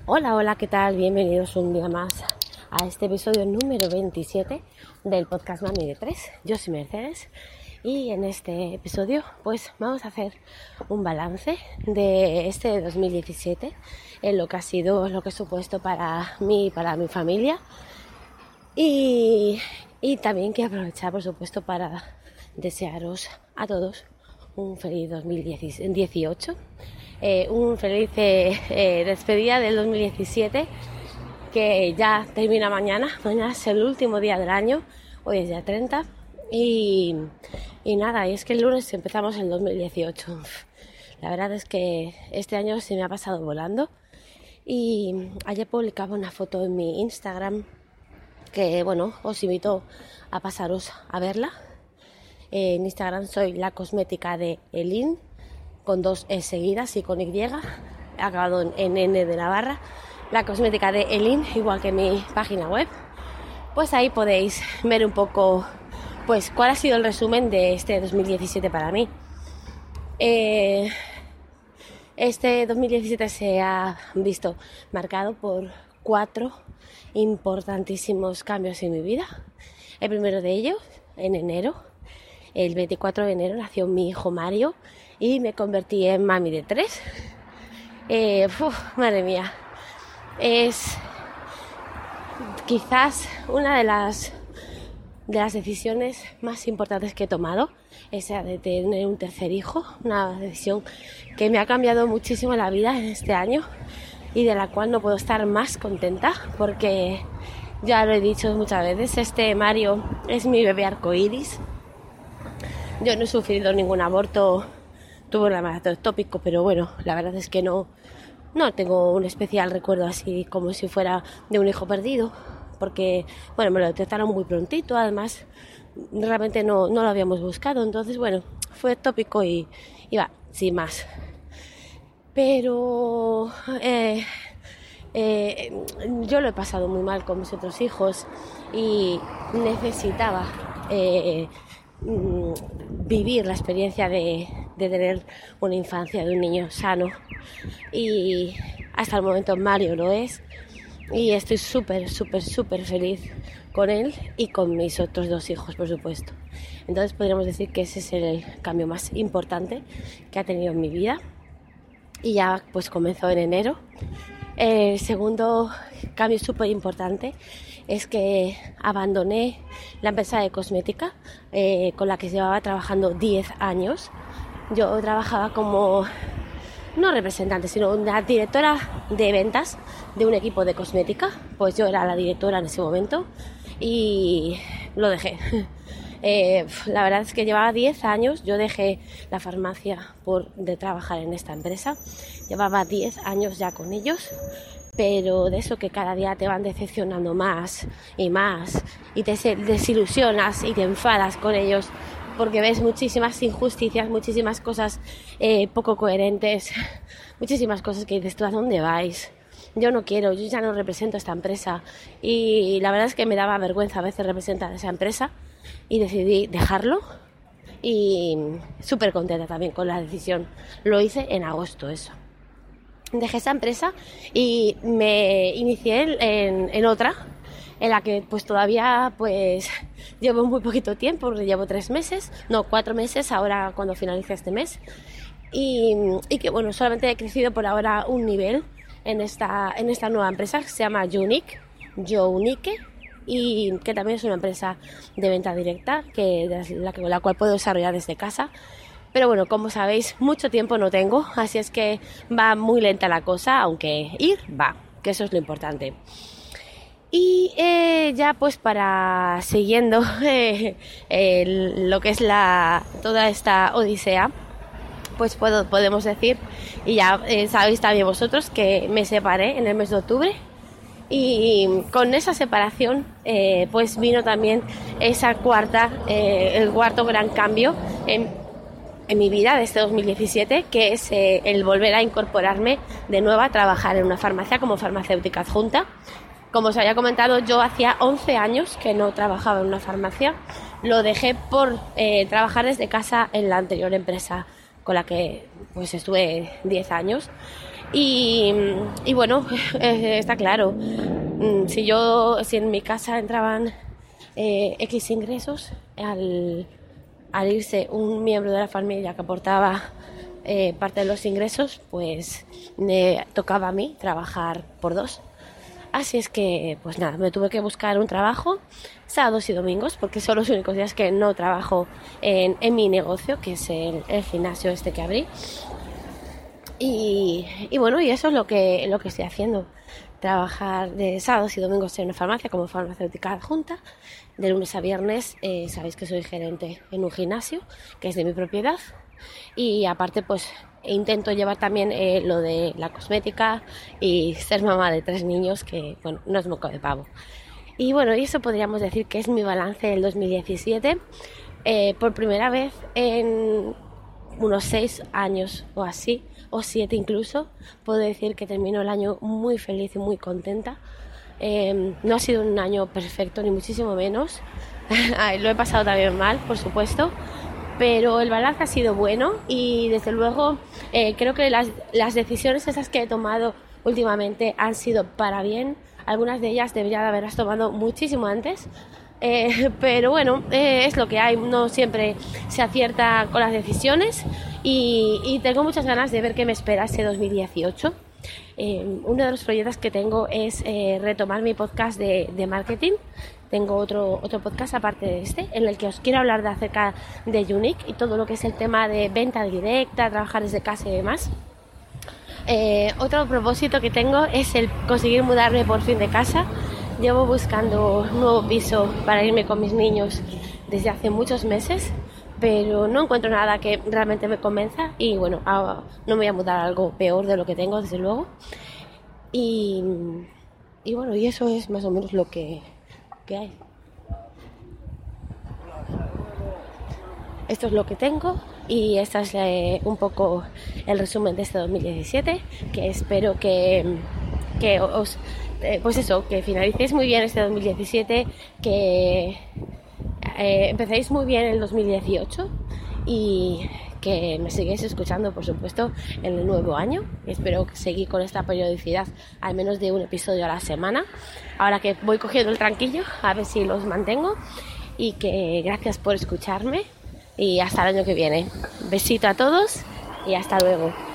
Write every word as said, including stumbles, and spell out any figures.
Hola, hola, ¿qué tal? Bienvenidos un día más a este episodio número veintisiete del podcast Mami de tres. Yo soy Mercedes y en este episodio pues vamos a hacer un balance de este dos mil diecisiete, en lo que ha sido, lo que he supuesto para mí y para mi familia. Y, y también quiero aprovechar, por supuesto, para desearos a todos un feliz dos mil dieciocho. Eh, un feliz eh, eh, despedida del dos mil diecisiete, que ya termina mañana. Mañana es el último día del año, hoy es día treinta y, y nada, y es que el lunes empezamos el dos mil dieciocho. La verdad es que este año se me ha pasado volando y ayer publicaba una foto en mi Instagram que, bueno, os invito a pasaros a verla. Eh, en Instagram soy la cosmética de Elin, con dos E seguidas y con Y, acabado en, en N de Navarra, la cosmética de Elin, igual que mi página web. Pues ahí podéis ver un poco pues cuál ha sido el resumen de este dos mil diecisiete para mí. Eh, este dos mil diecisiete se ha visto marcado por cuatro importantísimos cambios en mi vida. El primero de ellos, en enero, el veinticuatro de enero, nació mi hijo Mario y me convertí en mami de tres. Eh, uf, madre mía, es quizás una de las de las decisiones más importantes que he tomado, esa de tener un tercer hijo, una decisión que me ha cambiado muchísimo la vida en este año y de la cual no puedo estar más contenta, porque ya lo he dicho muchas veces, este Mario es mi bebé arcoíris. Yo no he sufrido ningún aborto, tuve un embarazo ectópico, pero bueno, la verdad es que no, no tengo un especial recuerdo así como si fuera de un hijo perdido, porque bueno, me lo detectaron muy prontito, además realmente no, no lo habíamos buscado, entonces bueno, fue ectópico y iba sin más. Pero eh, eh, yo lo he pasado muy mal con mis otros hijos y necesitaba eh, vivir la experiencia de, de tener una infancia de un niño sano, y hasta el momento Mario lo es y estoy súper, súper, súper feliz con él y con mis otros dos hijos, por supuesto. Entonces podríamos decir que ese es el cambio más importante que ha tenido en mi vida y ya pues comenzó en enero. El segundo cambio súper importante es que abandoné la empresa de cosmética eh, con la que llevaba trabajando diez años. Yo trabajaba como, no representante, sino una directora de ventas de un equipo de cosmética. Pues yo era la directora en ese momento y lo dejé. Eh, la verdad es que llevaba diez años, yo dejé la farmacia por de trabajar en esta empresa. Llevaba diez años ya con ellos, pero de eso que cada día te van decepcionando más y más y te desilusionas y te enfadas con ellos porque ves muchísimas injusticias, muchísimas cosas eh, poco coherentes, muchísimas cosas que dices tú, ¿a dónde vais? Yo no quiero, yo ya no represento esta empresa, y la verdad es que me daba vergüenza a veces representar a esa empresa y decidí dejarlo, y súper contenta también con la decisión. Lo hice en agosto eso. Dejé esa empresa y me inicié en, en otra, en la que pues todavía pues llevo muy poquito tiempo, llevo tres meses, no, cuatro meses ahora cuando finalice este mes, y, y que bueno, solamente he crecido por ahora un nivel en esta, en esta nueva empresa que se llama Unique, Unique, y que también es una empresa de venta directa que la, la cual puedo desarrollar desde casa. Pero bueno, como sabéis, mucho tiempo no tengo, así es que va muy lenta la cosa, aunque ir va, que eso es lo importante. Y eh, ya pues para siguiendo eh, el, lo que es la toda esta odisea, pues puedo, podemos decir, y ya eh, sabéis también vosotros, que me separé en el mes de octubre. Y con esa separación eh, pues vino también esa cuarta, eh, el cuarto gran cambio en, en mi vida de este dos mil diecisiete, que es eh, el volver a incorporarme de nuevo a trabajar en una farmacia como farmacéutica adjunta. Como os había comentado, yo hacía once años que no trabajaba en una farmacia. Lo dejé por eh, trabajar desde casa en la anterior empresa con la que pues estuve diez años. Y, y bueno, eh, está claro, si yo, si en mi casa entraban eh, X ingresos, al, al irse un miembro de la familia que aportaba eh, parte de los ingresos, pues me tocaba a mí trabajar por dos. Así es que, pues nada, me tuve que buscar un trabajo sábados y domingos, porque son los únicos días que no trabajo en, en mi negocio, que es el, el gimnasio este que abrí. Y, y bueno, y eso es lo que, lo que estoy haciendo. Trabajar de sábados y domingos en una farmacia como farmacéutica adjunta. De lunes a viernes eh, sabéis que soy gerente en un gimnasio que es de mi propiedad. Y aparte pues intento llevar también eh, lo de la cosmética y ser mamá de tres niños, que bueno, no es moco de pavo. Y bueno, y eso podríamos decir que es mi balance del dos mil diecisiete. Eh, por primera vez en unos seis años o así, o siete incluso, puedo decir que termino el año muy feliz y muy contenta. Eh, no ha sido un año perfecto, ni muchísimo menos. Lo he pasado también mal, por supuesto, pero el balance ha sido bueno y desde luego eh, creo que las, las decisiones esas que he tomado últimamente han sido para bien. Algunas de ellas debería de haberlas tomado muchísimo antes. Eh, pero bueno, eh, es lo que hay, no siempre se acierta con las decisiones y, y tengo muchas ganas de ver qué me espera este dos mil dieciocho. Eh, uno de los proyectos que tengo es eh, retomar mi podcast de, de marketing. Tengo otro, otro podcast aparte de este, en el que os quiero hablar de acerca de Unique y todo lo que es el tema de venta directa, trabajar desde casa y demás. Eh, otro propósito que tengo es el conseguir mudarme por fin de casa. Llevo buscando un nuevo piso para irme con mis niños desde hace muchos meses, pero no encuentro nada que realmente me convenza y bueno, no me voy a mudar a algo peor de lo que tengo, desde luego. Y, y bueno, y eso es más o menos lo que, que hay. Esto es lo que tengo y este es eh, un poco el resumen de este dos mil diecisiete, que espero que, que os... Eh, pues eso, que finalicéis muy bien este dos mil diecisiete, que eh, empecéis muy bien el dos mil dieciocho y que me sigáis escuchando, por supuesto, en el nuevo año. Espero seguir con esta periodicidad, al menos de un episodio a la semana, ahora que voy cogiendo el tranquillo, a ver si los mantengo. Y que gracias por escucharme y hasta el año que viene. Besito a todos y hasta luego.